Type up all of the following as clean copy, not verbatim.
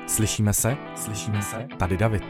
Slyšíme se? Tady David.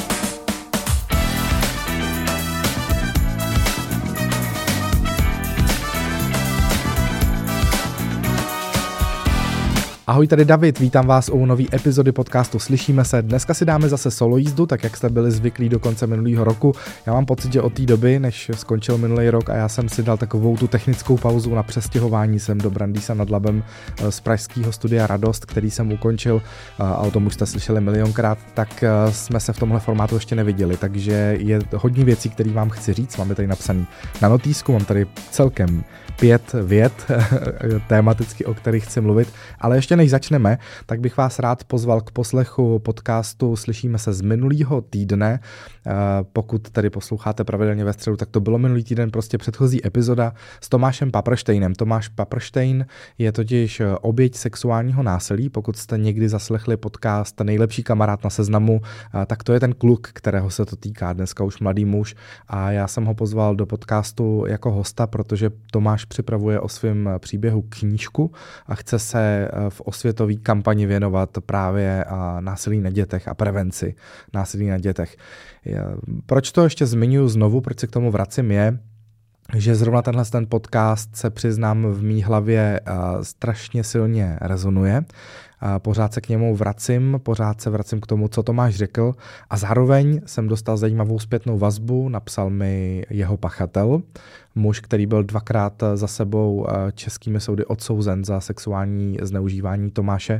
Ahoj, tady David, vítám vás u nové epizody podcastu Slyšíme se. Dneska si dáme zase solo jízdu, tak jak jste byli zvyklí do konce minulého roku. Já mám pocit, že od té doby, než skončil minulý rok a já jsem si dal takovou tu technickou pauzu na přestěhování sem do Brandýsa nad Labem z pražského studia Radost, který jsem ukončil a o tom už jste slyšeli milionkrát, tak jsme se v tomhle formátu ještě neviděli, takže je hodně věcí, které vám chci říct. Máme tady napsaný na notýsku, mám tady celkem 5 vět tematicky, o kterých chci mluvit, ale ještě než začneme, tak bych vás rád pozval k poslechu podcastu Slyšíme se z minulého týdne. Pokud tady posloucháte pravidelně ve středu, tak to bylo minulý týden, prostě předchozí epizoda s Tomášem Paprštejnem. Tomáš Paprštejn je totiž oběť sexuálního násilí. Pokud jste někdy zaslechli podcast Nejlepší kamarád na Seznamu, tak to je ten kluk, kterého se to týká, dneska už mladý muž. A já jsem ho pozval do podcastu jako hosta, protože Tomáš připravuje o svém příběhu knížku a chce se v osvětové kampani věnovat právě násilí na dětech a prevenci násilí na dětech. Proč to ještě zmiňuji znovu, proč se k tomu vracím, je, že zrovna ten podcast se přiznám v mý hlavě strašně silně rezonuje. Pořád se k němu vracím k tomu, co Tomáš řekl a zároveň jsem dostal zajímavou zpětnou vazbu, napsal mi jeho pachatel, muž, který byl 2krát za sebou českými soudy odsouzen za sexuální zneužívání Tomáše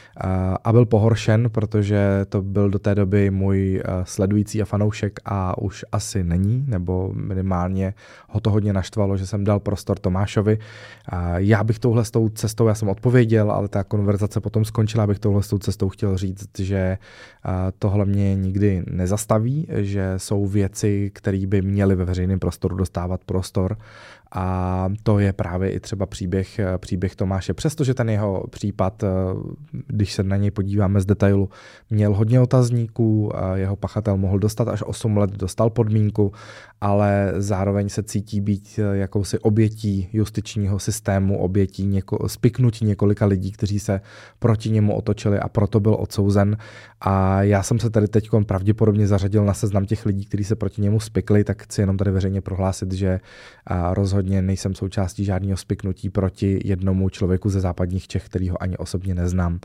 a byl pohoršen, protože to byl do té doby můj sledující a fanoušek a už asi není, nebo minimálně ho to hodně naštvalo, že jsem dal prostor Tomášovi. Já bych touhle cestou, já jsem odpověděl, ale ta konverzace potom skončila, abych touhle cestou chtěl říct, že tohle mě nikdy nezastaví, že jsou věci, které by měly ve veřejném prostoru dostávat prostor. A to je právě i třeba příběh Tomáše. Přestože ten jeho případ, když se na něj podíváme z detailu, měl hodně otazníků, jeho pachatel mohl dostat až 8 let, dostal podmínku, ale zároveň se cítí být jakousi obětí justičního systému, obětí spiknutí několika lidí, kteří se proti němu otočili a proto byl odsouzen. A já jsem se tady teď pravděpodobně zařadil na seznam těch lidí, kteří se proti němu spikli, tak chci jenom tady veřejně prohlásit, že rozhodně nejsem součástí žádného spiknutí proti jednomu člověku ze západních Čech, kterýho ani osobně neznám.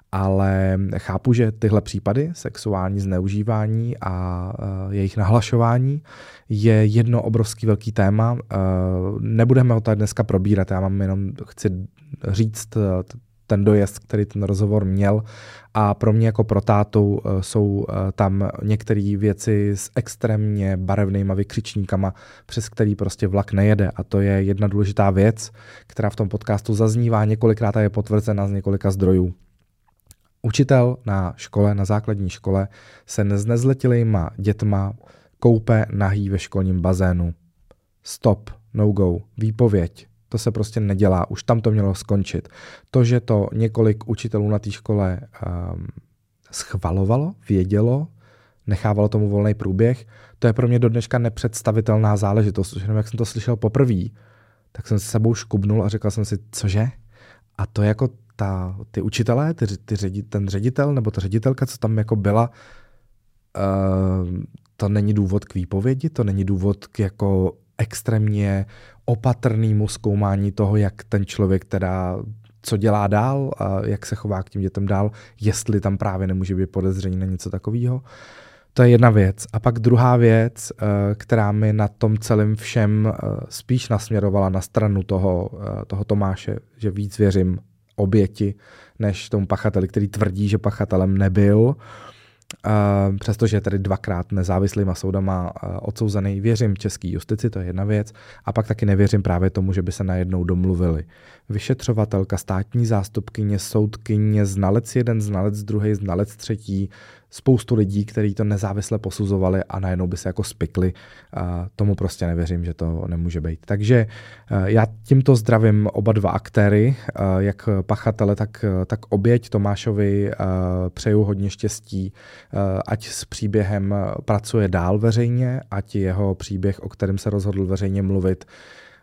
Ale chápu, že tyhle případy sexuální zneužívání a jejich nahlašování je jedno obrovský velký téma. Nebudeme ho tady dneska probírat, já chci říct ten dojezd, který ten rozhovor měl a pro mě jako pro tátu jsou tam některé věci s extrémně barevnýma vykřičníkama, přes který prostě vlak nejede a to je jedna důležitá věc, která v tom podcastu zaznívá několikrát a je potvrzena z několika zdrojů. Učitel na škole, na základní škole se s nezletilýma dětma koupe nahý ve školním bazénu. Stop, no go, výpověď. To se prostě nedělá, už tam to mělo skončit. To, že to několik učitelů na té škole schvalovalo, vědělo, nechávalo tomu volný průběh, to je pro mě do dneška nepředstavitelná záležitost. Jenom jak jsem to slyšel poprvé, tak jsem se sebou škubnul a řekl jsem si, cože? A to jako ty učitelé, ten ředitel nebo ta ředitelka, co tam jako byla, to není důvod k výpovědi, to není důvod k jako extrémně opatrnému zkoumání toho, jak ten člověk teda co dělá dál a jak se chová k těm dětem dál, jestli tam právě nemůže být podezření na něco takového. To je jedna věc. A pak druhá věc, která mi na tom celém všem spíš nasměrovala na stranu toho Tomáše, že víc věřím oběti, než tomu pachateli, který tvrdí, že pachatelem nebyl. Přestože je tady 2krát nezávislýma soudama odsouzený, věřím český justici, to je jedna věc, a pak taky nevěřím právě tomu, že by se najednou domluvili. Vyšetřovatelka, státní zástupkyně, soudkyně, znalec jeden, znalec druhý, znalec třetí, spoustu lidí, kteří to nezávisle posuzovali a najednou by se jako spikli. Tomu prostě nevěřím, že to nemůže být. Takže já tímto zdravím oba dva aktéry, jak pachatele, tak oběť. Tomášovi přeju hodně štěstí, ať s příběhem pracuje dál veřejně, ať jeho příběh, o kterém se rozhodl veřejně mluvit,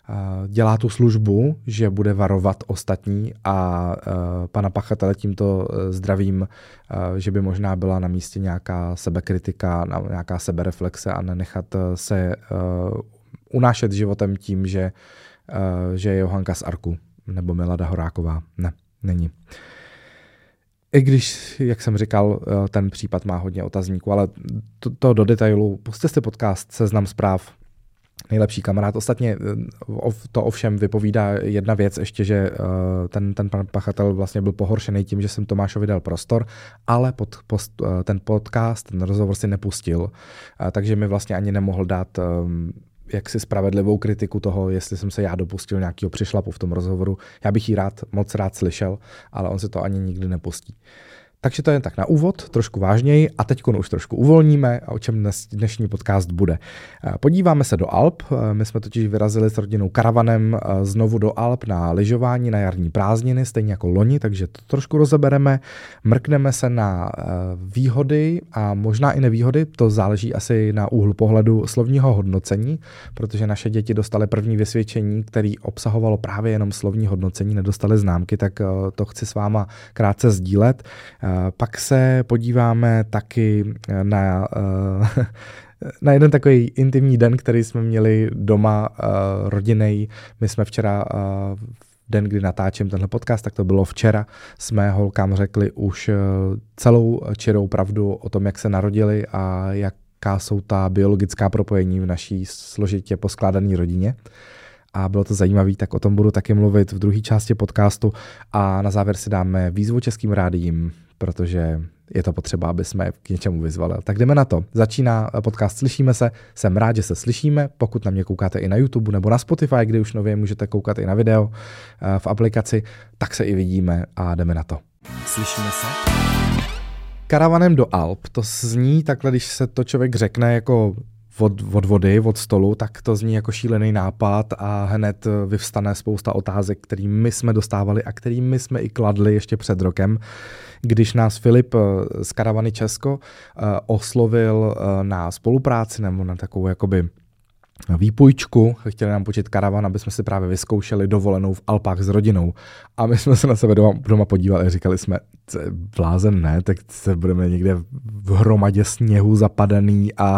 dělá tu službu, že bude varovat ostatní a pana pachatele tímto zdravím, že by možná byla na místě nějaká sebekritika, nějaká sebereflexe a nenechat se unášet životem tím, že je Johanka z Arku nebo Milada Horáková. Ne, není. I když, jak jsem říkal, ten případ má hodně otazníků, ale to do detailu. Pusťte si podcast Seznam zpráv, nejlepší kamarád. Ostatně to ovšem vypovídá jedna věc ještě, že ten pan pachatel vlastně byl pohoršený tím, že jsem Tomášovi dal prostor, ale ten podcast, ten rozhovor si nepustil, takže mi vlastně ani nemohl dát jaksi spravedlivou kritiku toho, jestli jsem se já dopustil nějakého přišlapu v tom rozhovoru. Já bych ji moc rád slyšel, ale on se to ani nikdy nepustí. Takže to je jen tak na úvod, trošku vážněji a teď už trošku uvolníme, o čem dnešní podcast bude. Podíváme se do Alp, my jsme totiž vyrazili s rodinou karavanem znovu do Alp na lyžování na jarní prázdniny, stejně jako loni, takže to trošku rozebereme, mrkneme se na výhody a možná i nevýhody, to záleží asi na úhlu pohledu slovního hodnocení, protože naše děti dostaly první vysvědčení, který obsahovalo právě jenom slovní hodnocení, nedostali známky, tak to chci s váma krátce sdílet. Pak se podíváme taky na jeden takový intimní den, který jsme měli doma rodinnej. My jsme včera, den, kdy natáčím tenhle podcast, tak to bylo včera, jsme holkám řekli už celou čirou pravdu o tom, jak se narodili a jaká jsou ta biologická propojení v naší složitě poskládané rodině. A bylo to zajímavé, tak o tom budu taky mluvit v druhé části podcastu a na závěr si dáme výzvu Českým rádiím, protože je to potřeba, aby jsme k něčemu vyzvali. Tak jdeme na to. Začíná podcast Slyšíme se. Jsem rád, že se slyšíme. Pokud na mě koukáte i na YouTube nebo na Spotify, kde už nově můžete koukat i na video v aplikaci, tak se i vidíme a jdeme na to. Slyšíme se? Karavanem do Alp. To zní takhle, když se to člověk řekne jako od vody, od stolu, tak to zní jako šílený nápad a hned vyvstane spousta otázek, který my jsme dostávali a který my jsme i kladli ještě před rokem, když nás Filip z Karavany Česko oslovil na spolupráci nebo na takovou jakoby výpůjčku, chtěli nám půjčit karavan, aby jsme si právě vyzkoušeli dovolenou v Alpách s rodinou. A my jsme se na sebe doma podívali a říkali jsme, blázen ne, tak se budeme někde v hromadě sněhu zapadaný a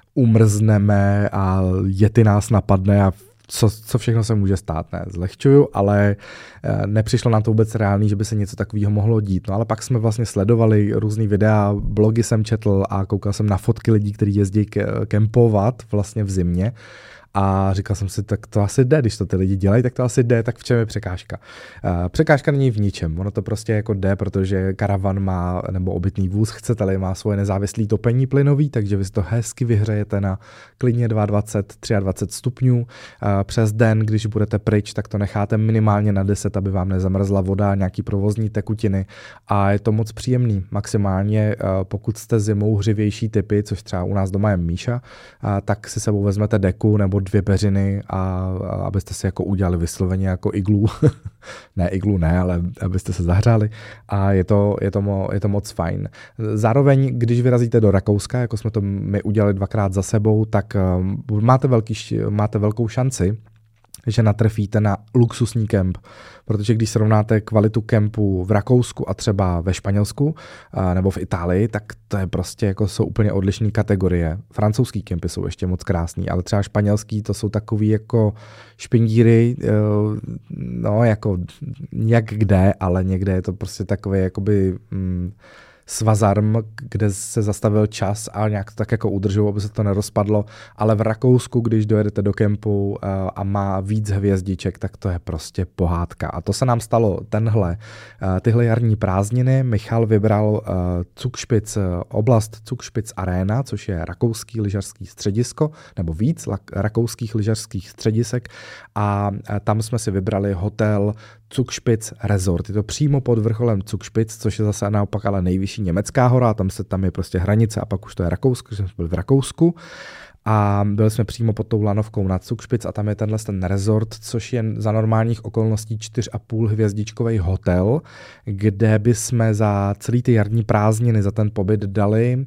umrzneme a jety nás napadne a co všechno se může stát. Ne, zlehčuju, ale nepřišlo nám to vůbec reálný, že by se něco takového mohlo dít. No ale pak jsme vlastně sledovali různý videa, blogy jsem četl a koukal jsem na fotky lidí, kteří jezdí kempovat vlastně v zimě. A říkal jsem si, tak to asi jde, když to ty lidi dělají, tak to asi jde, tak v čem je překážka? Překážka není v ničem, ono to prostě jako jde, protože karavan má, nebo obytný vůz, chcete-li, má svoje nezávislé topení plynový, takže vy si to hezky vyhřejete na klidně 22, 23 stupňů. Přes den, když budete pryč, tak to necháte minimálně na 10, aby vám nezamrzla voda, nějaký provozní tekutiny a je to moc příjemný. Maximálně, pokud jste zimou hřivější typy, což třeba u nás doma je Míša, tak si sebou vezmete deku nebo 2 peřiny a abyste si jako udělali vysloveně jako iglu. Ne iglu ne, ale abyste se zahřáli a je to moc fajn. Zároveň, když vyrazíte do Rakouska, jako jsme to my udělali 2krát za sebou, tak máte velkou šanci, že natrefíte na luxusní kemp, protože když srovnáte kvalitu kempu v Rakousku a třeba ve Španělsku nebo v Itálii, tak to je prostě jako jsou úplně odlišné kategorie. Francouzský kempy jsou ještě moc krásný, ale třeba španělský to jsou takový jako špindíry, no jako jak kde, ale někde je to prostě takový jakoby svazarm, kde se zastavil čas a nějak to tak jako udržou, aby se to nerozpadlo, ale v Rakousku, když dojedete do kempu a má víc hvězdiček, tak to je prostě pohádka. A to se nám stalo tyhle jarní prázdniny. Michal vybral oblast Zugspitz Arena, což je rakouský lyžařský středisko, nebo víc rakouských lyžařských středisek a tam jsme si vybrali hotel Zugspitz Resort. Je to přímo pod vrcholem Zugspitz, což je zase naopak ale nejvyšší německá hora, tam je prostě hranice a pak už to je Rakousko, že jsme byli v Rakousku a byli jsme přímo pod tou lanovkou na Zugspitz a tam je ten resort, což je za normálních okolností 4,5 hvězdičkový hotel, kde by jsme za celý ty jarní prázdniny, za ten pobyt dali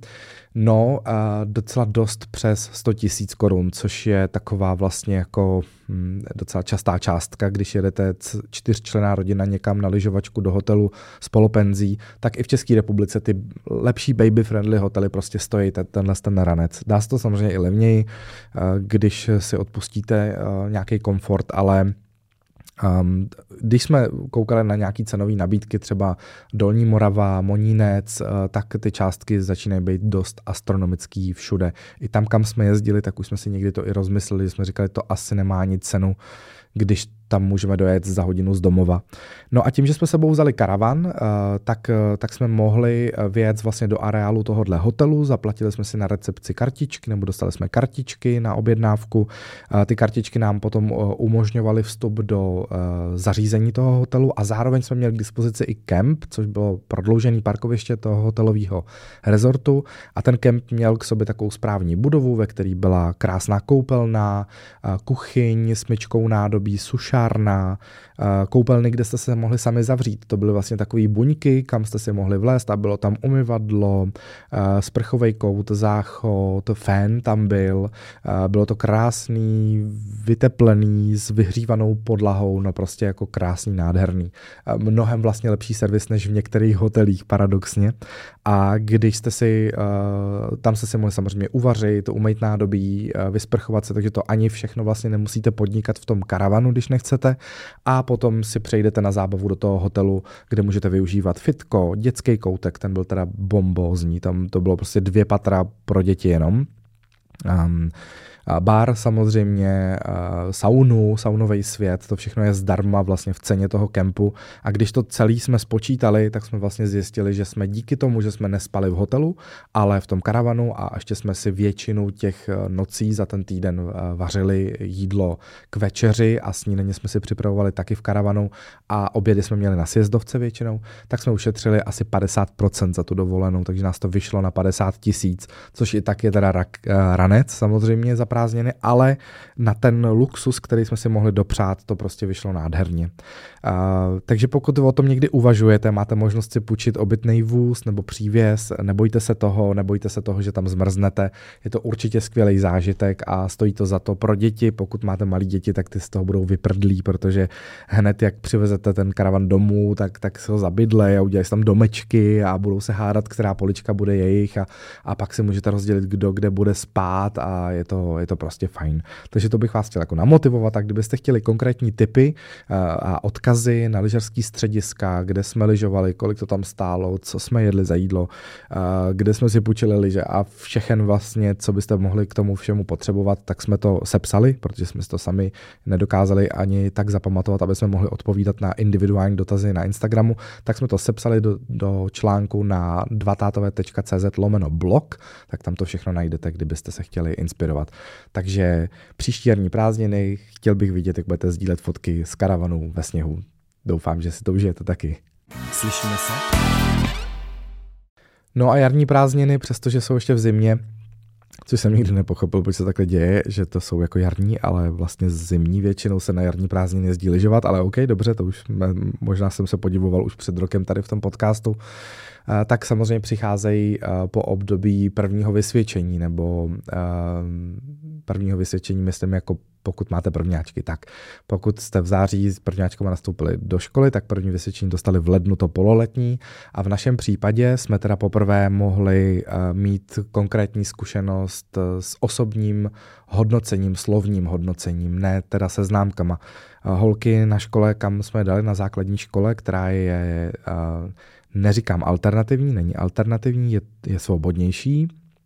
No, docela dost přes 100 000 korun, což je taková vlastně jako docela častá částka, když jedete 4členná rodina někam na lyžovačku do hotelu s polopenzí, tak i v České republice ty lepší baby-friendly hotely prostě stojí ten ranec. Dá se to samozřejmě i levněji, když si odpustíte nějaký komfort, ale když jsme koukali na nějaký cenový nabídky, třeba Dolní Morava, Monínec, tak ty částky začínají být dost astronomický všude. I tam, kam jsme jezdili, tak už jsme si někdy to i rozmysleli, že jsme říkali, to asi nemá nic cenu, když tam můžeme dojet za hodinu z domova. No a tím, že jsme sebou vzali karavan, tak jsme mohli vyjet vlastně do areálu tohohle hotelu, zaplatili jsme si na recepci kartičky, nebo dostali jsme kartičky na objednávku. Ty kartičky nám potom umožňovaly vstup do zařízení toho hotelu a zároveň jsme měli k dispozici i kemp, což bylo prodloužený parkoviště toho hotelového rezortu a ten kemp měl k sobě takovou správní budovu, ve které byla krásná koupelna, kuchyň s myčkou nádobí, sušárna, koupelny, kde jste se mohli sami zavřít. To byly vlastně takové buňky, kam jste si mohli vlézt a bylo tam umyvadlo, sprchovej kout, záchod, fén tam byl. Bylo to krásný, vyteplený, s vyhřívanou podlahou, no prostě jako krásný, nádherný. Mnohem vlastně lepší servis než v některých hotelích, paradoxně. A když jste si, tam jste si mohli samozřejmě uvařit, umýt nádobí, vysprchovat se, takže to ani všechno vlastně nemusíte podnikat v tom karavanu, když nechcete. A potom si přejdete na zábavu do toho hotelu, kde můžete využívat fitko, dětský koutek, ten byl teda bombózní, tam to bylo prostě 2 patra pro děti jenom. Bar samozřejmě, saunový svět, to všechno je zdarma vlastně v ceně toho kempu a když to celý jsme spočítali, tak jsme vlastně zjistili, že jsme díky tomu, že jsme nespali v hotelu, ale v tom karavanu a ještě jsme si většinu těch nocí za ten týden vařili jídlo k večeři a snídaně jsme si připravovali taky v karavanu a obědy jsme měli na sjezdovce většinou, tak jsme ušetřili asi 50% za tu dovolenou, takže nás to vyšlo na 50 000, což i tak je teda ranec samozřejmě za prázdniny, ale na ten luxus, který jsme si mohli dopřát, to prostě vyšlo nádherně. Takže pokud o tom někdy uvažujete, máte možnost si půjčit obytný vůz nebo přívěs, nebojte se toho, že tam zmrznete. Je to určitě skvělý zážitek a stojí to za to pro děti. Pokud máte malé děti, tak ty z toho budou vyprdlí, protože hned jak přivezete ten karavan domů, tak se ho zabydlej a udělají tam domečky a budou se hádat, která polička bude jejich a pak si můžete rozdělit, kdo kde bude spát a je to prostě fajn. Takže to bych vás chtěl jako namotivovat, tak kdybyste chtěli konkrétní tipy a odkazy na lyžařský střediska, kde jsme lyžovali, kolik to tam stálo, co jsme jedli za jídlo, kde jsme si půjčili lyže a všechen vlastně, co byste mohli k tomu všemu potřebovat, tak jsme to sepsali, protože jsme si to sami nedokázali ani tak zapamatovat, aby jsme mohli odpovídat na individuální dotazy na Instagramu, tak jsme to sepsali do článku na dvatatové.cz/blog, tak tam to všechno najdete, kdybyste se chtěli inspirovat. Takže příští jarní prázdniny chtěl bych vidět, jak budete sdílet fotky z karavanu ve sněhu. Doufám, že si to užijete taky. Slyšíme se? No a jarní prázdniny, přestože jsou ještě v zimě, což jsem nikdy nepochopil, proč se takhle děje, že to jsou jako jarní, ale vlastně zimní většinou se na jarní prázdniny jezdí lyžovat, ale OK, dobře, to už možná jsem se podivoval už před rokem tady v tom podcastu, tak samozřejmě přicházejí po období prvního vysvědčení, nebo prvního vysvědčení, myslím, jako pokud máte prvňáčky, tak pokud jste v září s prvňáčkama nastoupili do školy, tak první vysvědčení dostali v lednu, to pololetní, a v našem případě jsme teda poprvé mohli mít konkrétní zkušenost s osobním hodnocením, slovním hodnocením, ne teda se známkama. Holky na škole, kam jsme dali na základní škole, která je, neříkám alternativní, není alternativní, je svobodnější,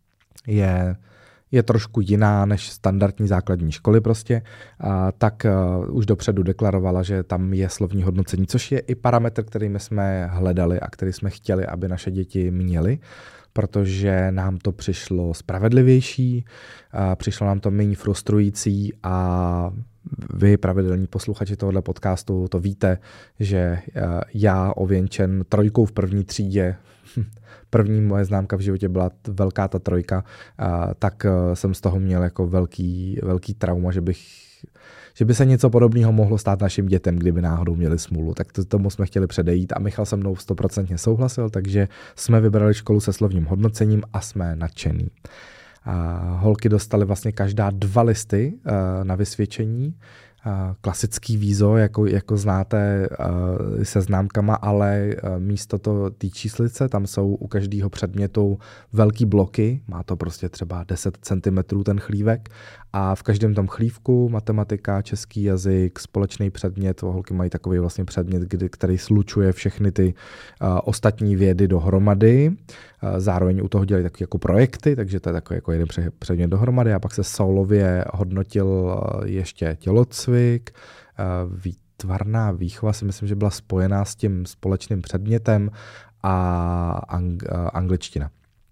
je trošku jiná než standardní základní školy prostě, tak už dopředu deklarovala, že tam je slovní hodnocení, což je i parametr, který my jsme hledali a který jsme chtěli, aby naše děti měly, protože nám to přišlo spravedlivější, přišlo nám to méně frustrující a vy, pravidelní posluchači tohoto podcastu, to víte, že já ověnčen 3 v první třídě, první moje známka v životě byla velká ta 3, tak jsem z toho měl jako velký trauma, že bych že by se něco podobného mohlo stát našim dětem, kdyby náhodou měli smůlu. Tak tomu jsme chtěli předejít a Michal se mnou 100% souhlasil, takže jsme vybrali školu se slovním hodnocením a jsme nadšený. Holky dostaly vlastně každá 2 listy na vysvědčení, klasický vízo, jako znáte se známkama, ale místo té číslice, tam jsou u každého předmětu velký bloky, má to prostě třeba 10 cm ten chlívek a v každém tom chlívku matematika, český jazyk, společný předmět, holky mají takový vlastně předmět, který slučuje všechny ty ostatní vědy dohromady. Zároveň u toho dělají takové jako projekty, takže to je takový jako jeden předmět dohromady a pak se solově hodnotil ještě tělocvik, výtvarná výchova si myslím, že byla spojená s tím společným předmětem a angličtina.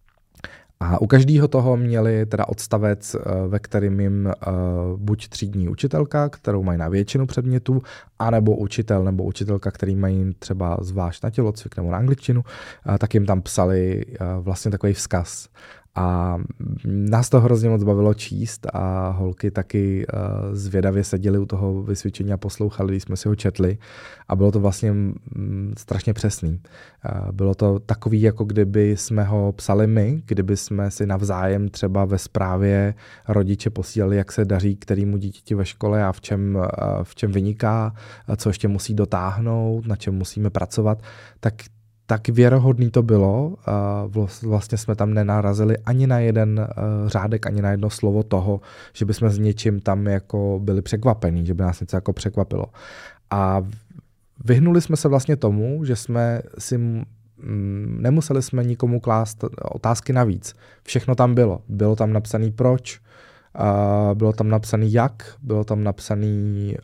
A u každého toho měli teda odstavec, ve kterým jim buď třídní učitelka, kterou mají na většinu předmětů, anebo učitel nebo učitelka, který mají třeba zvlášť na tělocvik nebo na angličtinu, tak jim tam psali vlastně takový vzkaz. A nás to hrozně moc bavilo číst a holky taky zvědavě seděly u toho vysvědčení a poslouchali, když jsme si ho četli a bylo to vlastně strašně přesný. Bylo to takový, jako kdyby jsme ho psali my, kdyby jsme si navzájem třeba ve zprávě rodiče posílali, jak se daří kterému dítěti ve škole a v čem vyniká, co ještě musí dotáhnout, na čem musíme pracovat, tak věrohodný to bylo. Vlastně jsme tam nenarazili ani na jeden řádek, ani na jedno slovo toho, že bychom s něčím tam jako byli překvapení, že by nás něco jako překvapilo. A vyhnuli jsme se vlastně tomu, že jsme si nemuseli jsme nikomu klást otázky navíc. Všechno tam bylo. Bylo tam napsaný proč, bylo tam napsaný jak, bylo tam napsaný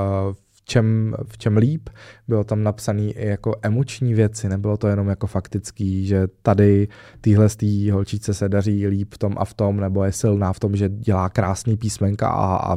v čem líp, bylo tam napsané i jako emoční věci, nebylo to jenom jako faktický, že tady týhle holčičce se daří líp v tom a v tom, nebo je silná v tom, že dělá krásný písmenka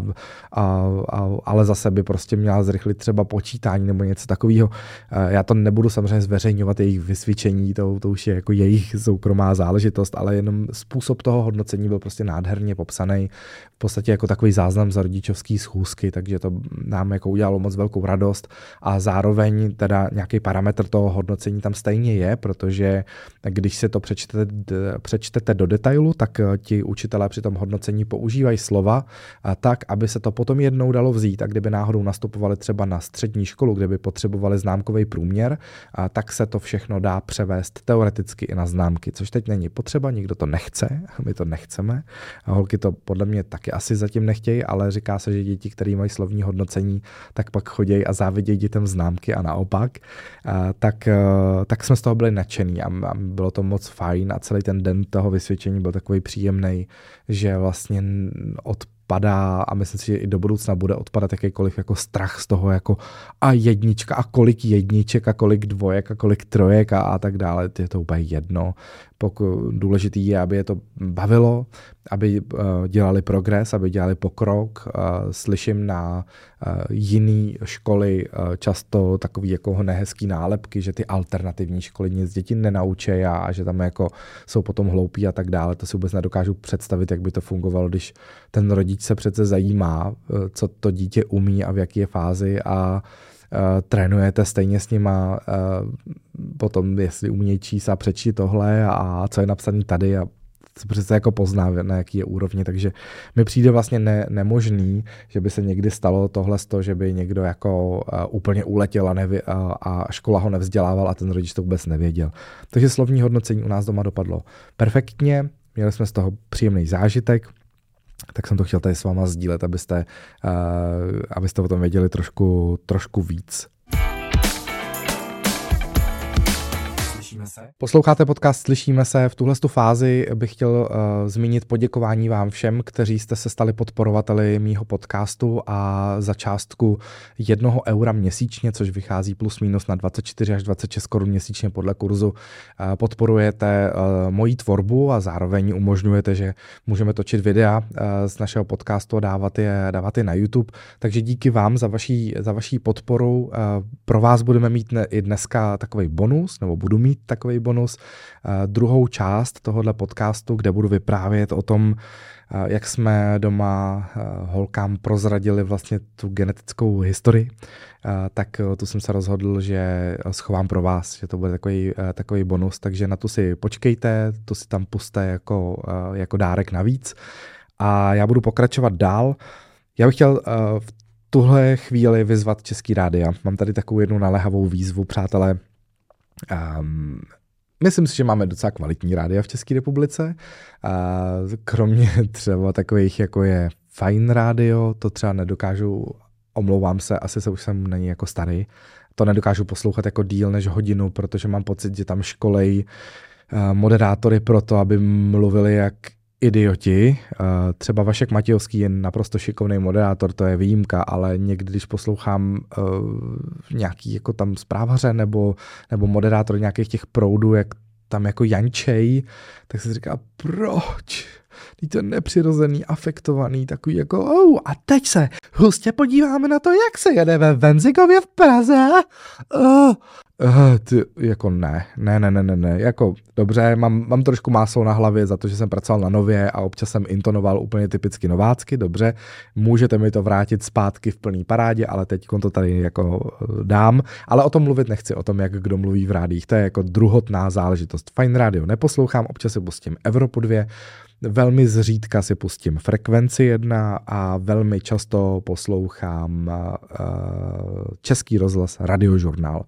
ale zase by prostě měla zrychlit třeba počítání nebo něco takového. Já to nebudu samozřejmě zveřejňovat jejich vysvědčení, to už je jako jejich soukromá záležitost, ale jenom způsob toho hodnocení byl prostě nádherně popsaný, v podstatě jako takový záznam z rodičovský schůzky, takže to nám jako udělalo moc velkou radost a zároveň teda nějaký parametr toho hodnocení tam stejně je, protože když si to přečtete do detailu, tak ti učitelé při tom hodnocení používají slova tak, aby se to potom jednou dalo vzít a kdyby náhodou nastupovali třeba na střední školu, kde by potřebovali známkový průměr, tak se to všechno dá převést teoreticky i na známky, což teď není potřeba, nikdo to nechce, my to nechceme. A holky to podle mě taky asi zatím nechtějí, ale říká se, že děti, které mají slovní hodnocení, tak pak chodí a závidějí dětem známky a naopak, tak jsme z toho byli nadšený a bylo to moc fajn a celý ten den toho vysvědčení byl takový příjemný, že vlastně odpadá a myslím si, že i do budoucna bude odpadat jakýkoliv jako strach z toho jako a jednička a kolik jedniček a kolik dvojek a kolik trojek a tak dále, je to úplně jedno. Důležitý je, aby je to bavilo, aby dělali progres, aby dělali pokrok. Slyším na jiné školy často takový jako nehezký nálepky, že ty alternativní školy nic děti nenaučí a že tam jako jsou potom hloupí a tak dále. To si vůbec nedokážu představit, jak by to fungovalo, když ten rodič se přece zajímá, co to dítě umí a v jaké je fázi a trénujete stejně s nima potom, jestli umějí číst a přečíst tohle a co je napsané tady a co přece jako pozná, na jaký je úrovni, takže mi přijde vlastně nemožný, že by se někdy stalo tohle, že by někdo jako úplně uletěl a škola ho nevzdělával a ten rodič to vůbec nevěděl. Takže slovní hodnocení u nás doma dopadlo perfektně, měli jsme z toho příjemný zážitek, tak jsem to chtěl tady s váma sdílet, abyste o tom věděli trošku víc. Posloucháte podcast Slyšíme se. V tuhle fázi bych chtěl zmínit poděkování vám všem, kteří jste se stali podporovateli mýho podcastu a za částku 1 eura měsíčně, což vychází plus minus na 24 až 26 korun měsíčně podle kurzu, podporujete moji tvorbu a zároveň umožňujete, že můžeme točit videa z našeho podcastu a dávat je na YouTube. Takže díky vám za vaší podporu. Pro vás budeme mít i dneska takový bonus, nebo budu mít takový bonus. Druhou část tohohle podcastu, kde budu vyprávět o tom, jak jsme doma holkám prozradili vlastně tu genetickou historii, tak tu jsem se rozhodl, že schovám pro vás, že to bude takový bonus, takže na to si počkejte, to si tam puste jako dárek navíc. A já budu pokračovat dál. Já bych chtěl v tuhle chvíli vyzvat Český rádia. Mám tady takovou jednu naléhavou výzvu, přátelé. Myslím si, že máme docela kvalitní rádia v České republice. Kromě třeba takových, jako je Fajn rádio, to třeba nedokážu, omlouvám se, asi se už jsem není jako starý, to nedokážu poslouchat jako díl než hodinu, protože mám pocit, že tam školej moderátory pro to, aby mluvili jak idioti. Třeba Vašek Matějovský je naprosto šikovný moderátor, to je výjimka, ale někdy, když poslouchám nějaký jako tam zprávaře nebo moderátor nějakých těch proudů, jak tam jako jančej, tak se říká, proč? To je nepřirozený, afektovaný, takový jako, a teď se hustě podíváme na to, jak se jede ve Venzigově v Praze. Jako ne, jako dobře, mám trošku máslo na hlavě za to, že jsem pracoval na Nově a občas jsem intonoval úplně typicky novácky, dobře, můžete mi to vrátit zpátky v plný parádě, ale teď to tady jako dám, ale o tom mluvit nechci, o tom, jak kdo mluví v rádiích, to je jako druhotná záležitost. Fajn rádio neposlouchám, občas si pustím Evropu 2, velmi zřídka si pustím Frekvenci 1 a velmi často poslouchám Český rozhlas Radiožurnál.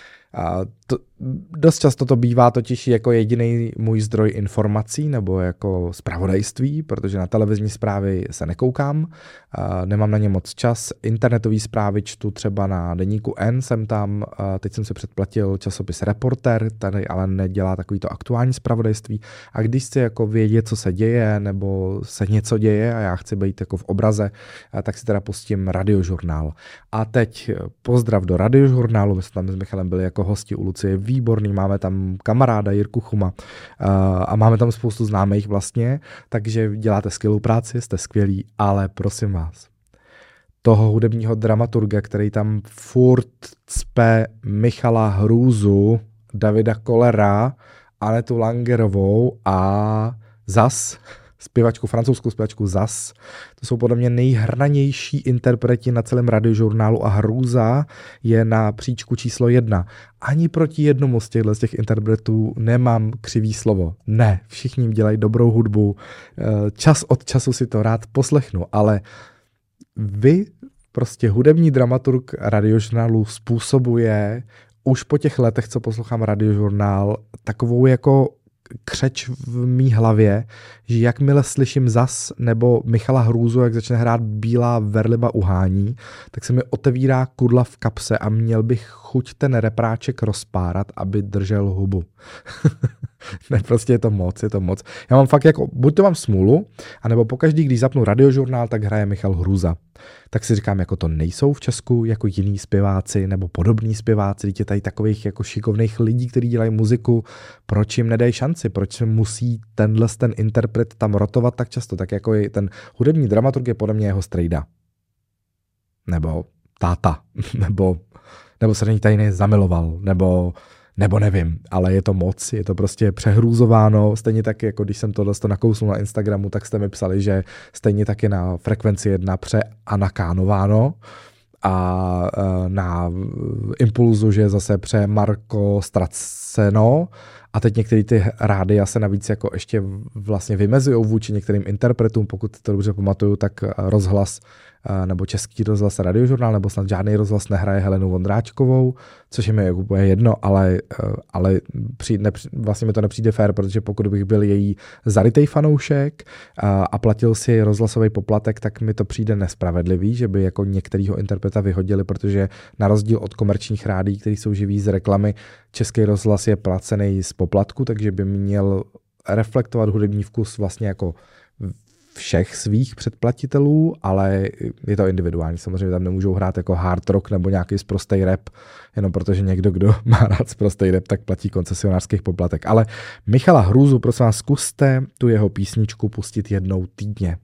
Dost často to bývá totiž jako jediný můj zdroj informací nebo jako zpravodajství, protože na televizní zprávy se nekoukám, nemám na ně moc čas. Internetové zprávy čtu třeba na Deníku N, jsem tam, teď jsem si předplatil časopis Reporter, tady ale nedělá takový to aktuální zpravodajství. A když chci jako vědět, co se děje, nebo se něco děje a já chci být jako v obraze, tak si teda pustím Radiožurnál. A teď pozdrav do Radiožurnálu, my jsme tam s Michalem byli jako hosti u Lucie, výborný, máme tam kamaráda Jirku Chuma a máme tam spoustu známých vlastně, takže děláte skvělou práci, jste skvělí, ale prosím vás, toho hudebního dramaturga, který tam furt cpe Michala Hrůzu, Davida Kollera, Anetu Langerovou a zas francouzskou zpěvačku Zas. To jsou podle mě nejhranější interpreti na celém Radiožurnálu a Hrůza je na příčku číslo 1. Ani proti jednomu z těch interpretů nemám křivý slovo. Ne, všichni jim dělají dobrou hudbu, čas od času si to rád poslechnu, ale vy, prostě hudební dramaturg Radiožurnálu způsobuje už po těch letech, co poslouchám Radiožurnál, takovou jako křeč v mý hlavě, že jakmile slyším Zas nebo Michala Hrůzu, jak začne hrát Bílá verliba uhání, tak se mi otevírá kudla v kapse a měl bych chuť ten repráček rozpárat, aby držel hubu. Ne, prostě je to moc. Já mám fakt jako, buď to mám smůlu, anebo pokaždý, když zapnu Radiožurnál, tak hraje Michal Hrůza. Tak si říkám, jako to nejsou v Česku jako jiní zpěváci nebo podobní zpěváci, je tady takových jako šikovných lidí, kteří dělají muziku, proč jim nedají šanci, proč ten interpret tam rotovat tak často, tak jako je ten hudební dramaturg je podle mě jeho strejda. Nebo táta, nebo se není tady zamiloval, nebo nevím, ale je to moc, je to prostě přehrůzováno, stejně tak, jako když jsem tohle nakousnul na Instagramu, tak jste mi psali, že stejně taky na Frekvenci 1 přeanakánováno a na Impulzu, že je zase Marko Straceno a teď některé ty rádia se navíc jako ještě vlastně vymezují vůči některým interpretům, pokud to dobře pamatuju, tak rozhlas nebo Český rozhlas Radiožurnál, nebo snad žádný rozhlas nehraje Helenu Vondráčkovou, což je mi úplně jedno, ale vlastně mi to nepřijde fér, protože pokud bych byl její zarytej fanoušek a platil si rozhlasový poplatek, tak mi to přijde nespravedlivý, že by jako některýho interpreta vyhodili, protože na rozdíl od komerčních rádií, který jsou živí z reklamy, Český rozhlas je placený z poplatku, takže by měl reflektovat hudební vkus vlastně jako všech svých předplatitelů, ale je to individuální. Samozřejmě tam nemůžou hrát jako hard rock nebo nějaký sprostej rap, jenom protože někdo, kdo má rád sprostej rap, tak platí koncesionářských poplatek. Ale Michala Hrůzu, prosím vás, zkuste tu jeho písničku pustit jednou týdně.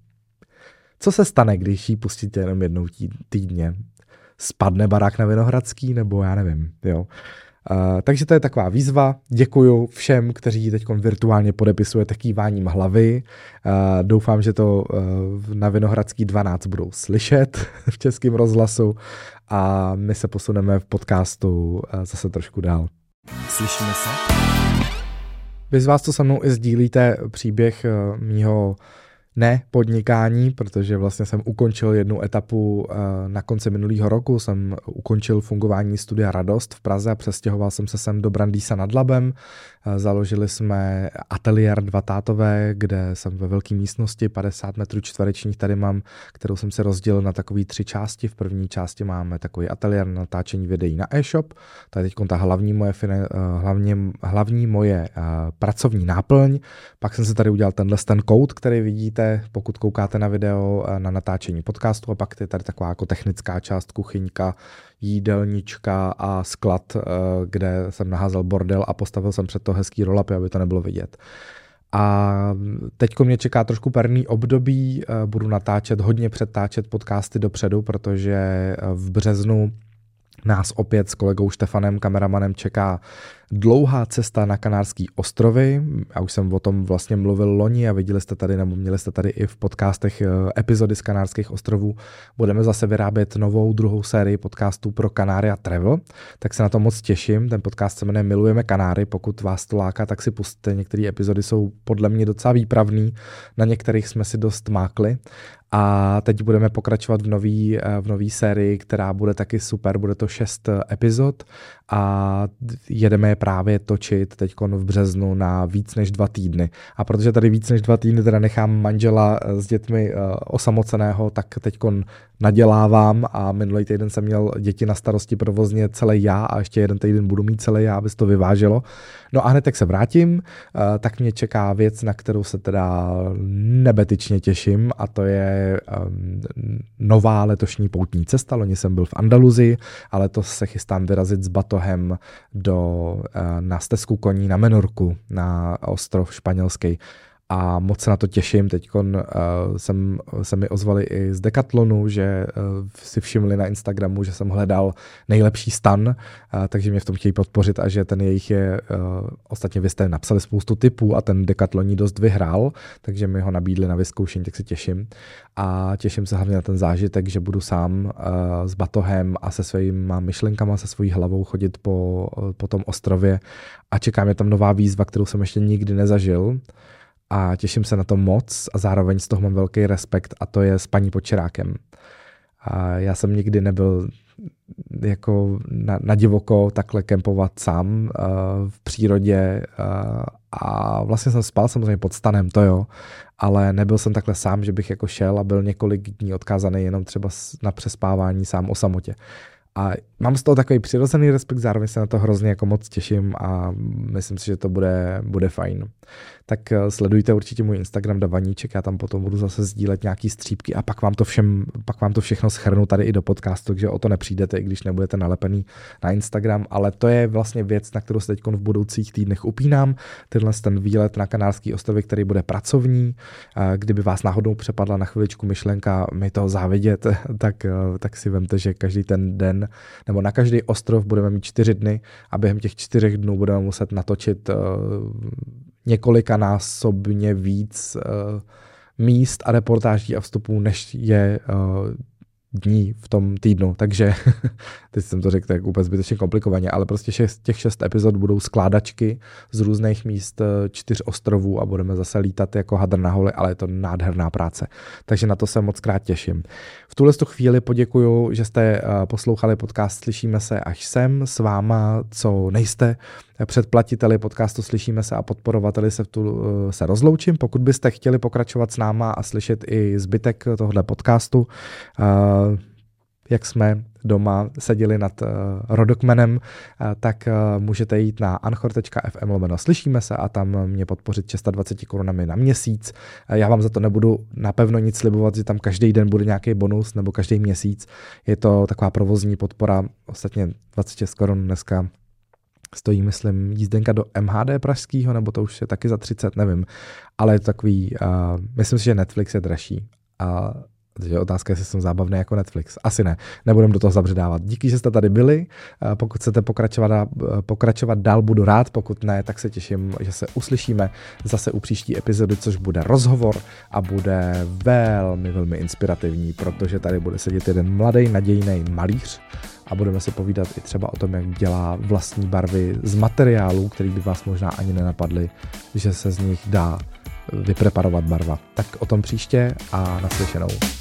Co se stane, když ji pustíte jenom jednou týdně? Spadne barák na Vinohradský, nebo já nevím, jo. Takže to je taková výzva. Děkuju všem, kteří teď virtuálně podepisujete kýváním hlavy. Doufám, že to na Vinohradský 12 budou slyšet v Českém rozhlasu a my se posuneme v podcastu zase trošku dál. Slyšíme se? Vy z vás, co se mnou i sdílíte příběh mýho nepodnikání, protože vlastně jsem ukončil jednu etapu na konci minulého roku, jsem ukončil fungování studia Radost v Praze a přestěhoval jsem se sem do Brandýsa nad Labem. Založili jsme ateliér Dva tátové, kde jsem ve velké místnosti, 50 metrů čtverečních tady mám, kterou jsem se rozdělil na takové 3 části. V první části máme takový ateliér na natáčení videí na e-shop, to je teď ta hlavní moje pracovní náplň. Pak jsem se tady udělal ten kout, který vidíte, pokud koukáte na video na natáčení podcastu, a pak je tady taková jako technická část, kuchyňka, jídelnička a sklad, kde jsem naházel bordel a postavil jsem před to hezký roll-up, aby to nebylo vidět. A teďko mě čeká trošku perný období, budu hodně přetáčet podcasty dopředu, protože v březnu nás opět s kolegou Štefanem, kameramanem, čeká dlouhá cesta na Kanárský ostrovy. Já už jsem o tom vlastně mluvil loni a viděli jste tady, nebo měli jste tady i v podcastech epizody z Kanárských ostrovů. Budeme zase vyrábět novou druhou sérii podcastů pro Kanáry a travel, tak se na to moc těším. Ten podcast se jmenuje Milujeme Kanáry, pokud vás to láká, tak si pusťte. Některé epizody jsou podle mě docela výpravný, na některých jsme si dost mákli. A teď budeme pokračovat v nový sérii, která bude taky super, bude to 6 epizod a jedeme je právě točit teď v březnu na víc než 2 týdny. A protože tady víc než 2 týdny teda nechám manžela s dětmi osamoceného, tak teď nadělávám a minulý týden jsem měl děti na starosti provozně celý já a ještě jeden týden budu mít celý já, aby se to vyváželo. No a hned tak se vrátím, tak mě čeká věc, na kterou se teda nebetyčně těším, a to je nová letošní poutní cesta. Loni jsem byl v Andaluzii, ale to se chystám vyrazit s batohem na stezku koní na Menorku, na ostrov španělský. A moc se na to těším. Teďkon se mi ozvali i z Decathlonu, že si všimli na Instagramu, že jsem hledal nejlepší stan, takže mě v tom chtějí podpořit a že ten jejich je, ostatně vy jste napsali spoustu tipů a ten Decathloní dost vyhrál, takže mi ho nabídli na vyzkoušení, tak se těším. A těším se hlavně na ten zážitek, že budu sám s batohem a se svýma myšlenkama, se svojí hlavou chodit po tom ostrově a čeká mě tam nová výzva, kterou jsem ještě nikdy nezažil. A těším se na to moc a zároveň z toho mám velký respekt, a to je spaní pod čerákem. A já jsem nikdy nebyl jako na divoko takhle kempovat sám v přírodě a vlastně jsem spal samozřejmě pod stanem, to jo, ale nebyl jsem takhle sám, že bych jako šel a byl několik dní odkázaný jenom třeba na přespávání sám o samotě. A mám z toho takový přirozený respekt, zároveň se na to hrozně jako moc těším a myslím si, že to bude fajn. Tak sledujte určitě můj Instagram Davaníček, já tam potom budu zase sdílet nějaký střípky a pak vám to všechno shrnu tady i do podcastu, takže o to nepřijdete, i když nebudete nalepený na Instagram, ale to je vlastně věc, na kterou se teď v budoucích týdnech upínám. Ten výlet na Kanárský ostrovy, který bude pracovní, kdyby vás náhodou přepadla na chviličku myšlenka mi toho závidět, tak si vemte, že každý ten den nebo na každý ostrov budeme mít 4 dny a během těch 4 dnů budeme muset natočit několikanásobně víc míst a reportáží a vstupů, než je dní v tom týdnu, takže teď jsem to řekl tak úplně zbytečně komplikovaně, ale prostě těch 6 epizod budou skládačky z různých míst 4 ostrovů a budeme zase lítat jako hadr na holi, ale je to nádherná práce, takže na to se moc krát těším. V tuhle chvíli poděkuju, že jste poslouchali podcast Slyšíme se až sem, s váma, co nejste předplatiteli podcastu Slyšíme se a podporovateli se rozloučím. Pokud byste chtěli pokračovat s náma a slyšet i zbytek tohohle podcastu, jak jsme doma seděli nad Rodokmenem, tak můžete jít na anchor.fm/slyšíme se a tam mě podpořit 620 korunami na měsíc. Já vám za to nebudu napevno nic slibovat, že tam každý den bude nějaký bonus nebo každý měsíc. Je to taková provozní podpora, ostatně 26 korun dneska stojí, myslím, jízdenka do MHD pražského, nebo to už je taky za 30, nevím. Ale je to takový, myslím si, že Netflix je dražší. Takže otázka, jestli jsem zábavný jako Netflix. Asi ne, nebudem do toho zabředávat. Díky, že jste tady byli. Pokud chcete pokračovat dál, budu rád. Pokud ne, tak se těším, že se uslyšíme zase u příští epizody, což bude rozhovor a bude velmi, velmi inspirativní, protože tady bude sedět jeden mladý, nadějný malíř a budeme si povídat i třeba o tom, jak dělá vlastní barvy z materiálů, který by vás možná ani nenapadly, že se z nich dá vypreparovat barva. Tak o tom příště a naslyšenou.